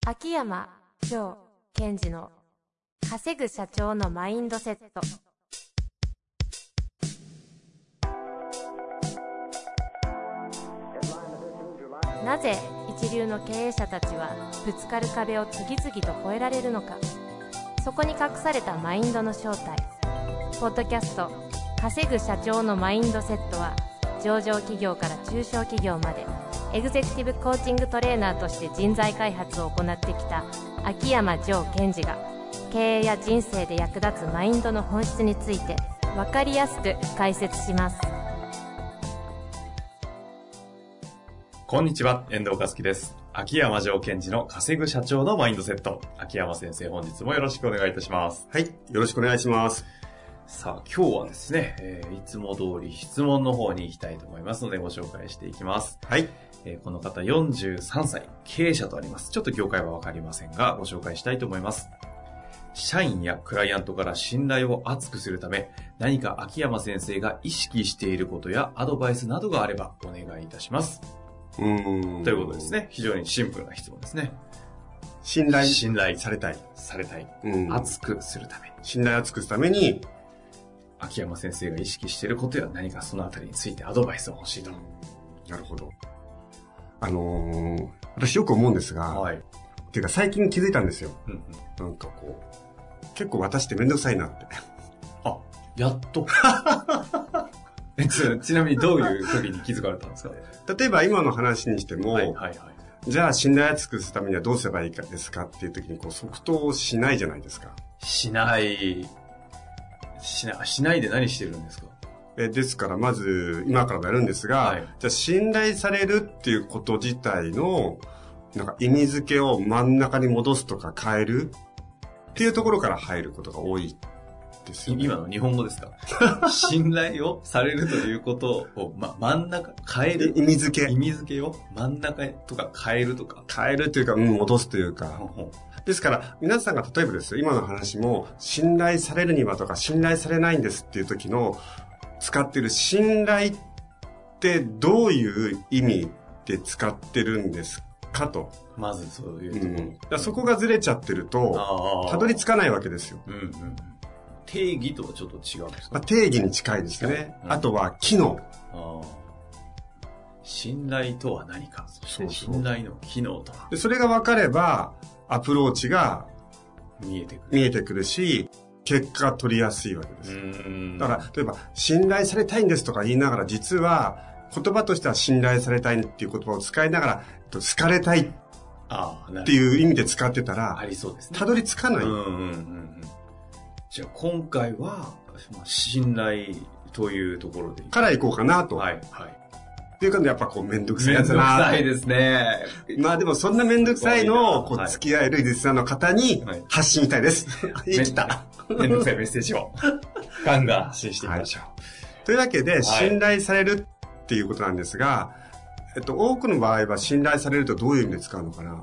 秋山城賢治の稼ぐ社長のマインドセット。なぜ一流の経営者たちはぶつかる壁を次々と越えられるのか。そこに隠されたマインドの正体。ポッドキャスト稼ぐ社長のマインドセットは、上場企業から中小企業までエグゼクティブコーチングトレーナーとして人材開発を行ってきた秋山城賢治が、経営や人生で役立つマインドの本質について分かりやすく解説します。 こんにちは、遠藤和樹です。秋山城賢治の稼ぐ社長のマインドセット。秋山先生、本日もよろしくお願いいたします。 はい、よろしくお願いします。 さあ、今日はですね、いつも通り質問の方に行きたいと思いますのでご紹介していきます。 はい。 この方43歳、経営者とあります。ちょっと業界はわかりませんが、ご紹介したいと思います。社員やクライアントから信頼を厚くするため、何か秋山先生が意識していることやアドバイスなどがあればお願いいたします。ということですね。非常にシンプルな質問ですね。 信頼されたい。 厚くするために。 信頼を厚くするために、 秋山先生が意識していることや何かそのあたりについてアドバイスが欲しいと。 なるほど。私よく思うんですが、 はい。 っていうか最近気づいたんですよ。なんかこう、結構私ってめんどくさいなって。 あ、やっと。ちなみにどういう時に気づかれたんですか？ 例えば今の話にしても、 はい。 じゃあ信頼を厚くするためにはどうすればいいかですかっていう時にこう即答しないじゃないですか。 しないで何してるんですか？ ですからまず今からもやるんですが、 はい、 じゃあ信頼されるっていうこと自体のなんか意味付けを真ん中に戻すとか変えるっていうところから入ることが多いですよね。 今の日本語ですか？信頼をされるということを、真ん中変える意味付けを真ん中とか変えるとかというか、戻すというか。ですから皆さんが例えばですよ、今の話も信頼されるにはとか信頼されないんですっていう時の使ってる信頼ってどういう意味で使ってるんですかと。 まずそういうところ。 だからそこがずれちゃってるとたどり着かないわけですよ。 定義とはちょっと違うんですか？ 定義に近いですね。あとは機能。 信頼とは何か。そう信頼の機能とは。 でそれが分かればアプローチが見えてくるし、結果が取りやすいわけです。だから例えば信頼されたいんですとか言いながら、実は言葉としては信頼されたいっていう言葉を使いながら好かれたいっていう意味で使ってたら、 ありそうですね。 たどり着かない。 じゃあ今回は信頼というところでからいこうかなと。っていう感じでやっぱこうめんどくさいやつだな。 めんどくさいですね。 まあでもそんなめんどくさいのをこう付き合えるリスナーの方に発信したいです。 生きた。めんどくさいメッセージをガンガン発信していきましょう。 というわけで信頼されるっていうことなんですが、多くの場合は信頼されるとどういう意味で使うのかな。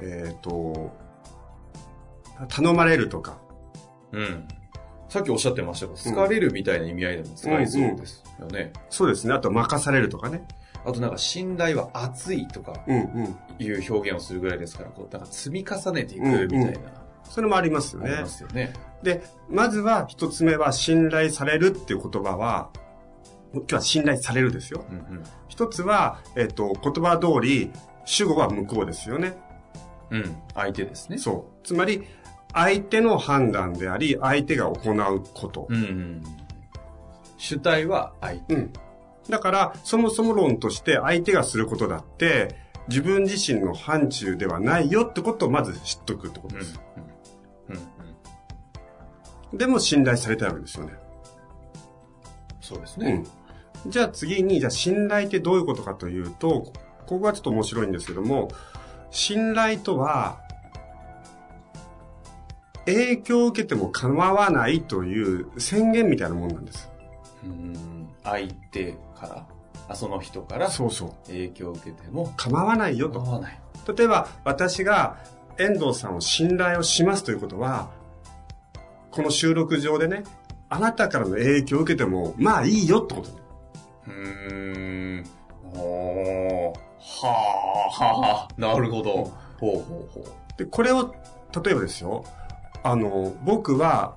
頼まれるとか。 さっきおっしゃってましたが、好かれるみたいな意味合いでも使いそうですよね。 そうですね。あと任されるとかね。 あとなんか信頼は厚いとかいう表現をするぐらいですから、こうなんか積み重ねていくみたいな。 それもありますよね。 ありますよね。 で、まずは一つ目は信頼されるっていう言葉は、今日は信頼されるですよ。一つは、言葉通り主語は向こうですよね。 相手ですね。 そう。つまり、相手の判断であり、相手が行うこと。 主体は相手。 だから、そもそも論として相手がすることだって、自分自身の範疇ではないよってことをまず知っとくってことです。でも信頼されたいわけですよね。 そうですね。 じゃあ次に、じゃあ信頼ってどういうことかというと、ここがちょっと面白いんですけども、信頼とは、影響を受けても構わないという宣言みたいなもんなんです。 相手から、その人から影響を受けても構わないよと。 構わない。 例えば私が遠藤さんを信頼をしますということは、この収録上でね、あなたからの影響を受けてもまあいいよってこと。 なるほど。 で、これを、例えばですよ、僕は、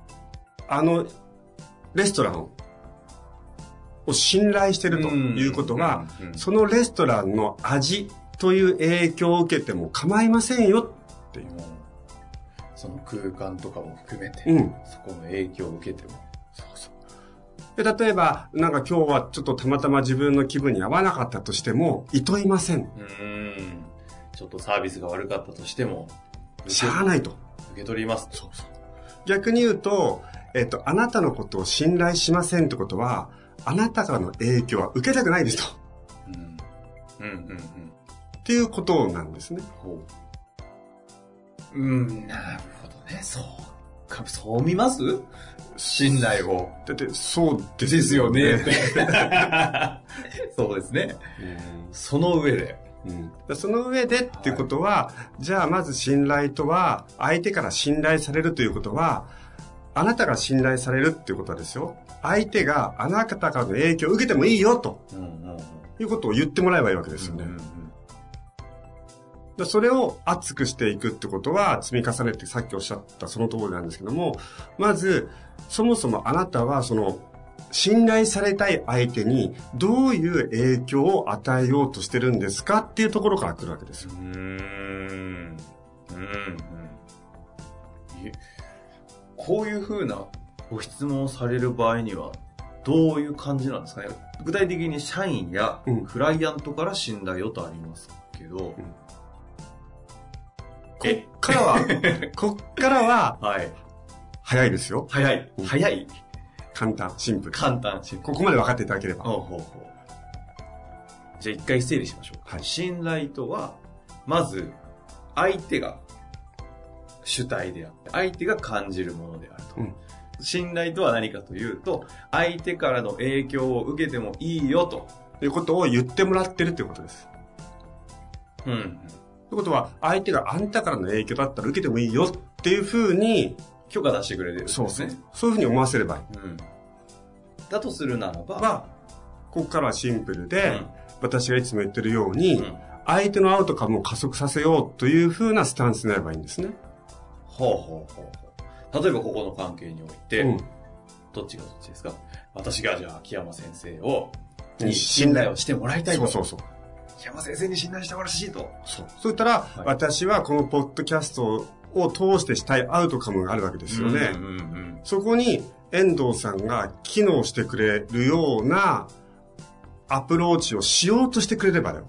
レストランを信頼してるということは、そのレストランの味という影響を受けても構いませんよっていう。 その空間とかも含めて、そこの影響を受けても。 そうそう。で、例えば、なんか今日はちょっとたまたま自分の気分に合わなかったとしても、いといません。 ちょっとサービスが悪かったとしても、 しゃあないと。 受け取ります。 そうそう。逆に言うと、あなたのことを信頼しませんってことは、あなたからの影響は受けたくないですと。っていうことなんですね。 なるほどね。そう見ます信頼を。 だってそうですよね。そうですね。その上で。 その上でっていうことは、じゃあまず信頼とは、相手から信頼されるということは、あなたが信頼されるっていうことはですよ、相手があなたからの影響を受けてもいいよと、いうことを言ってもらえばいいわけですよね。それを熱くしていくってことは積み重ねてさっきおっしゃったその通りなんですけども、まずそもそもあなたはその信頼されたい相手にどういう影響を与えようとしてるんですかっていうところから来るわけですよ。 こういうふうなご質問をされる場合にはどういう感じなんですかね。具体的に社員やクライアントから信頼をとありますけど、 こっからは、早いですよ。 早い。 簡単、シンプル。 ここまで分かっていただければ。 じゃあ一回整理しましょう。信頼とは、まず、相手が主体であって、相手が感じるものであると。信頼とは何かというと、相手からの影響を受けてもいいよと。 いうことを言ってもらってるということです。ということは、相手があんたからの影響だったら受けてもいいよっていうふうに、 許可出してくれてるんですね。 そういうふうに思わせればいい。 だとするならば、 ここからはシンプルで、私がいつも言ってるように、相手のアウトカムを加速させようというふうなスタンスになればいいんですね。 例えばここの関係において、どっちがどっちですか？私がじゃあ秋山先生に信頼をしてもらいたいと。秋山先生に信頼してほしいと。 そう言ったら、私はこのポッドキャストを通してしたいアウトカムがあるわけですよね。そこに遠藤さんが機能してくれるようなアプローチをしようとしてくれればよ。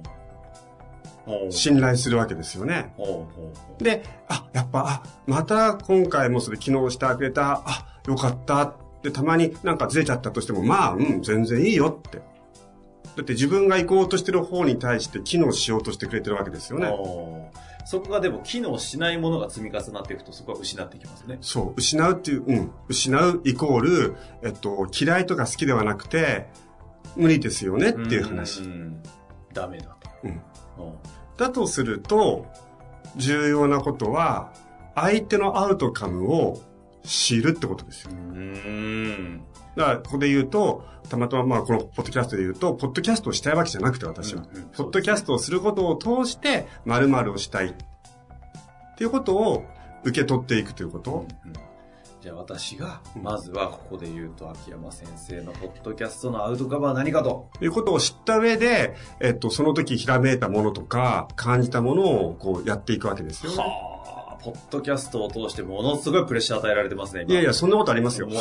信頼するわけですよね。で、また今回もそれ機能してくれた、よかった。で、たまになんかずれちゃったとしても、全然いいよって。だって自分が行こうとしてる方に対して機能しようとしてくれてるわけですよね。 そこがでも機能しないものが積み重なっていくとそこは失っていきますね。 そう、失うっていう、失うイコール、嫌いとか好きではなくて、無理ですよねっていう話。 ダメだと。 だとすると、重要なことは、相手のアウトカムを知るってことですよ。だから、ここで言うと、たまたまこのポッドキャストで言うと、ポッドキャストをしたいわけじゃなくて私は。ポッドキャストをすることを通して、〇〇をしたい。っていうことを受け取っていくということ。 じゃあ私が、まずはここで言うと、秋山先生のポッドキャストのアウトカムは何かと。 いうことを知った上で、その時ひらめいたものとか、感じたものをこうやっていくわけですよね。 ポッドキャストを通してものすごいプレッシャー与えられてますね、今。 いや、そんなことありますよ。 も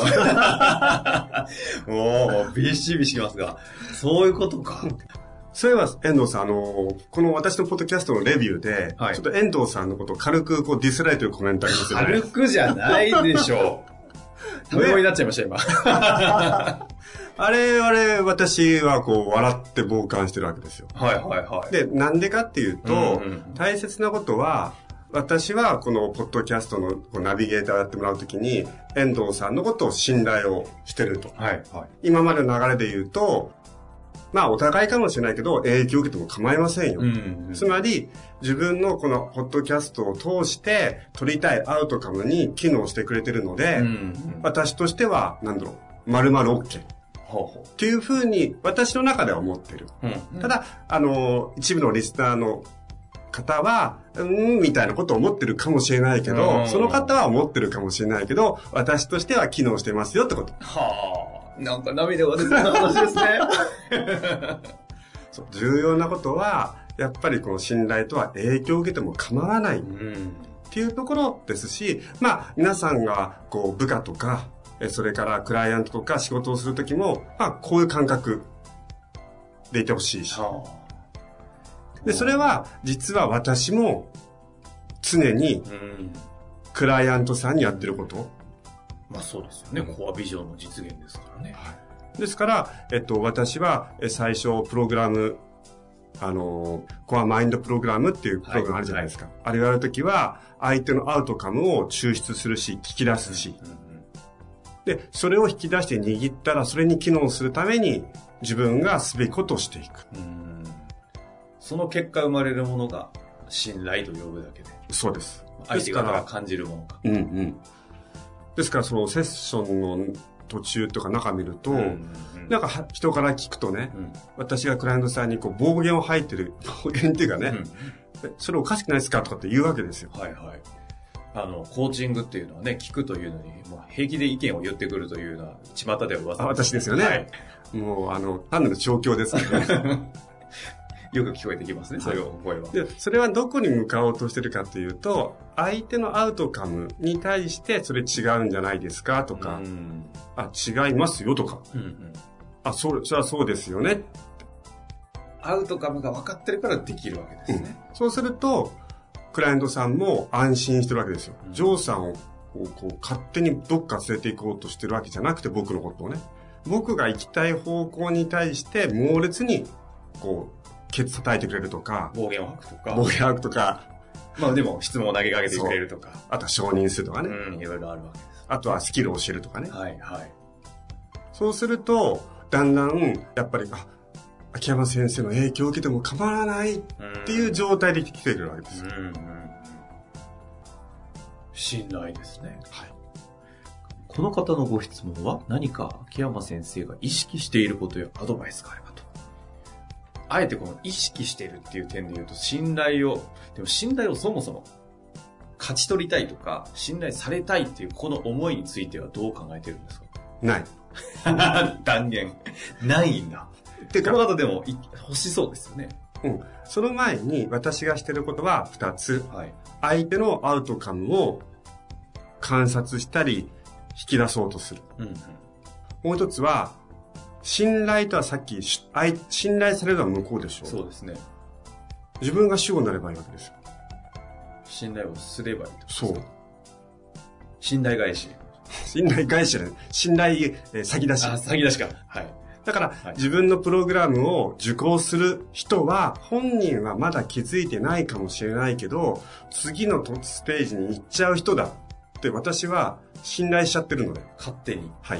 う、ビシビシきますが。そういうことか。 そういえば、遠藤さん、この私のポッドキャストのレビューで、ちょっと遠藤さんのことを軽くこうディスられてるコメントありますよね。 軽くじゃないでしょう。食べ物になっちゃいました、今。 あれ、私はこう、笑って傍観してるわけですよ。で、なんでかっていうと、大切なことは、私はこのポッドキャストのナビゲーターをやってもらうときに、遠藤さんのことを信頼をしてると。今までの流れで言うと、お互いかもしれないけど、影響を受けても構いませんよ。つまり、自分のこのポッドキャストを通して取りたいアウトカムに機能してくれてるので、私としては、〇〇 OK。っていうふうに、私の中では思ってる。ただ、一部のリスナーの方は、みたいなことを思ってるかもしれないけど、その方は思ってるかもしれないけど、私としては機能してますよってこと。 はあ、なんか涙が出てる話ですね。 そう、重要なことは、やっぱりこの信頼とは影響を受けても構わないっていうところですし、まあ皆さんがこう部下とか、それからクライアントとか仕事をするときも、まあこういう感覚でいてほしいし。で、それは実は私も常にクライアントさんにやってること。 まあそうですよね。コアビジョンの実現ですからね。 はい、ですから、私は最初プログラム、コアマインドプログラムっていうプログラムあるじゃないですか。はいはい、あれをやるときは相手のアウトカムを抽出するし、聞き出すし。で、それを引き出して握ったら、それに機能するために自分がすべきことをしていく。 その結果生まれるものが信頼と呼ぶだけで。 そうです。 相手が感じるものか。 ですからそのセッションの途中とか中見ると、なんか人から聞くとね、私がクライアントさんにこう暴言を吐いてる、暴言っていうかね、それおかしくないですかとかって言うわけですよ。 はいはい。コーチングっていうのはね、聞くというのに、もう平気で意見を言ってくるというのは、巷では噂。 私ですよね。はい、もう、単なる調教ですからね。 よく聞こえてきますね、そういう声は。 で、それはどこに向かおうとしてるかというと、相手のアウトカムに対して、それ違うんじゃないですかとか、違いますよとか、それはそうですよね。 アウトカムが分かってるからできるわけですね。 そうすると、クライアントさんも安心してるわけですよ。ジョーさんをこう勝手にどっか連れて行こうとしてるわけじゃなくて、僕のことをね。僕が行きたい方向に対して猛烈に、こう、ケツ叩いてくれるとか。 暴言を吐くとか。 暴言吐くとか。 まあでも質問を投げかけてくれるとか。 あとは承認するとかね。 いろいろあるわけです。 あとはスキルを教えるとかね。 はいはい。 そうすると、だんだん、やっぱり、秋山先生の影響を受けても構わないっていう状態で来てくるわけです。 信頼ですね。 はい。 この方のご質問は何か秋山先生が意識していることやアドバイスがあればと。あえてこの意識しているっていう点で言うと、でも信頼をそもそも勝ち取りたいとか、信頼されたいっていうこの思いについてはどう考えてるんですか？ ない。 断言。ないんだ。ってこの方でも欲しそうですよね。 その前に私がしてることは2つ。 はい、 相手のアウトカムを観察したり引き出そうとする。もう一つは、信頼とはさっき、信頼されるのは向こうでしょう。 そうですね。 自分が主語になればいいわけですよ。 信頼をすればいいと。 そう。 信頼返し。 信頼返しじゃない。信頼、先出し。 先出しか。はい。 だから、自分のプログラムを受講する人は、本人はまだ気づいてないかもしれないけど、次のステージに行っちゃう人だって私は信頼しちゃってるので。 勝手に。 はい。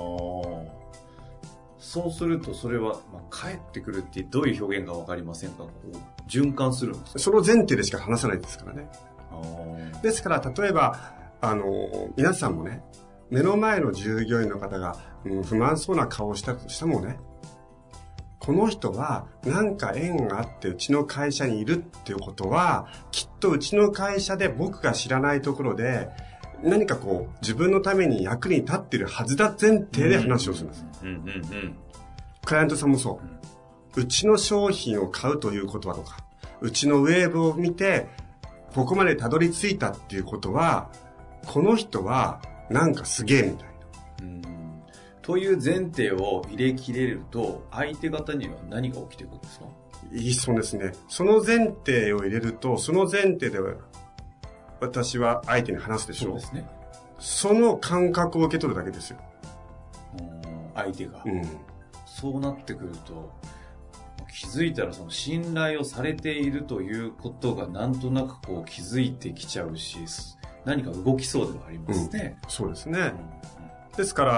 そうすると、それは、帰ってくるってどういう表現かわかりませんか？こう循環するんですか？ その前提でしか話さないですからね。ですから、例えば、皆さんもね、目の前の従業員の方が、不満そうな顔をしたとしてもね、この人は何か縁があってうちの会社にいるっていうことは、きっとうちの会社で僕が知らないところで、何かこう自分のために役に立ってるはずだ前提で話をするんです。クライアントさんもそう。うちの商品を買うということはとか、うちのウェーブを見て、ここまでたどり着いたっていうことは、この人はなんかすげえみたいな。 という前提を入れ切れると、相手方には何が起きてくるんですか？ いい質問ですね。その前提を入れると、その前提で私は相手に話すでしょう。 そうですね。 その感覚を受け取るだけですよ。 相手が。そうなってくると、気づいたらその信頼をされているということがなんとなくこう気づいてきちゃうし、何か動きそうではありますね。 そうですね。ですから、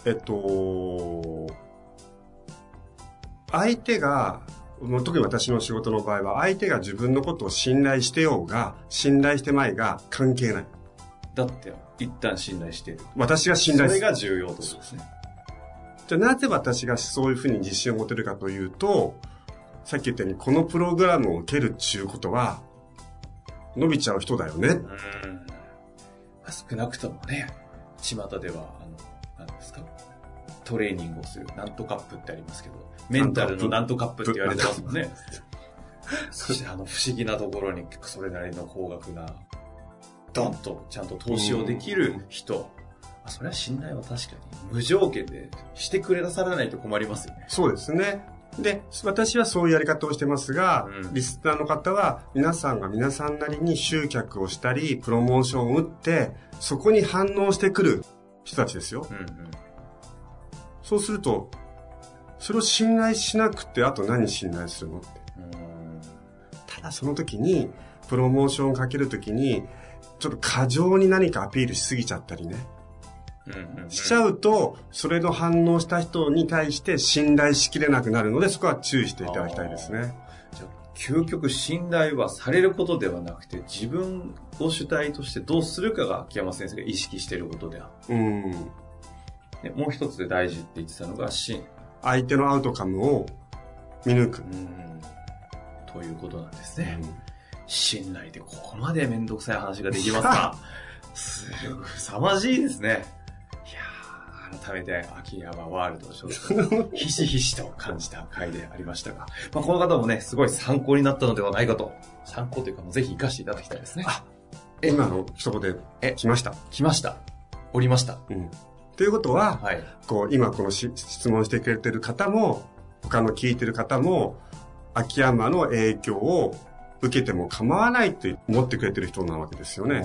相手が、特に私の仕事の場合は、相手が自分のことを信頼してようが、信頼してまいが関係ない。 だって、一旦信頼している。 私が信頼する。 それが重要ということですね。 じゃあなぜ私がそういうふうに自信を持てるかというと、 さっき言ったようにこのプログラムを受けるっていうことは伸びちゃう人だよね。 少なくともね、巷では何ですか、トレーニングをするなんとカップってありますけど、メンタルのなんとカップって言われてますもんね。そして不思議なところにそれなりの高額なドンとちゃんと投資をできる人、それは信頼は確かに無条件でしてくれなさらないと困りますよね。 そうですね。で、私はそういうやり方をしてますが、リスナーの方は皆さんが皆さんなりに集客をしたりプロモーションを打ってそこに反応してくる人たちですよ。そうするとそれを信頼しなくてあと何信頼するのって。ただその時にプロモーションをかける時にちょっと過剰に何かアピールしすぎちゃったりね、しちゃうとそれの反応した人に対して信頼しきれなくなるので、そこは注意していただきたいですね。 じゃあ究極信頼はされることではなくて自分を主体としてどうするかが秋山先生が意識していることである。でもう一つで大事って言ってたのが相手のアウトカムを見抜くということなんですね。信頼でここまでめんどくさい話ができますか。すごい凄まじいですね。いやー、改めて秋山ワールドをちょっとひしひしと感じた回でありましたが、この方もねすごい参考になったのではないかと。参考というかもうぜひ活かしていただきたいですね。 今の一言で来ました。 降りました。 ということは、今この質問してくれてる方も他の聞いてる方も秋山の影響を受けても構わないと思ってくれてる人なわけですよね。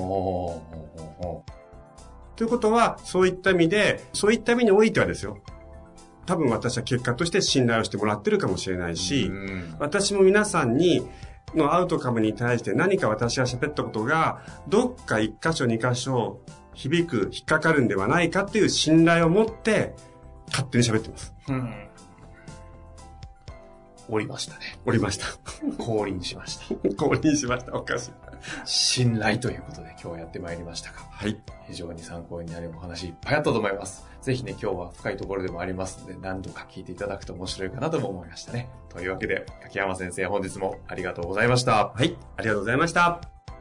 ということはそういった意味においてはですよ、多分私は結果として信頼をしてもらってるかもしれないし、私も皆さんのアウトカムに対して何か私が喋ったことがどっか1箇所2箇所引っかかるんではないかっていう信頼を持って勝手に喋ってます。 降りましたね。 降りました。 降臨しました。 降臨しました。おかしい。 信頼ということで今日はやってまいりましたが、非常に参考になるお話いっぱいあったと思います。ぜひね、今日は深いところでもありますので何度か聞いていただくと面白いかなとも思いましたね。というわけで秋山先生、本日もありがとうございました。 ありがとうございました。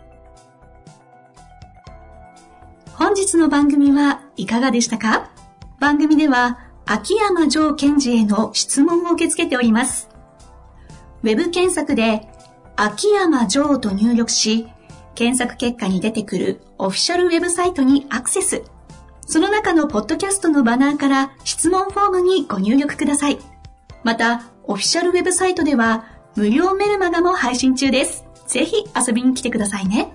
本日の番組はいかがでしたか？番組では秋山城賢治への質問を受け付けております。ウェブ検索で秋山城と入力し、検索結果に出てくるオフィシャルウェブサイトにアクセス。その中のポッドキャストのバナーから質問フォームにご入力ください。また、オフィシャルウェブサイトでは無料メルマガも配信中です。ぜひ遊びに来てくださいね。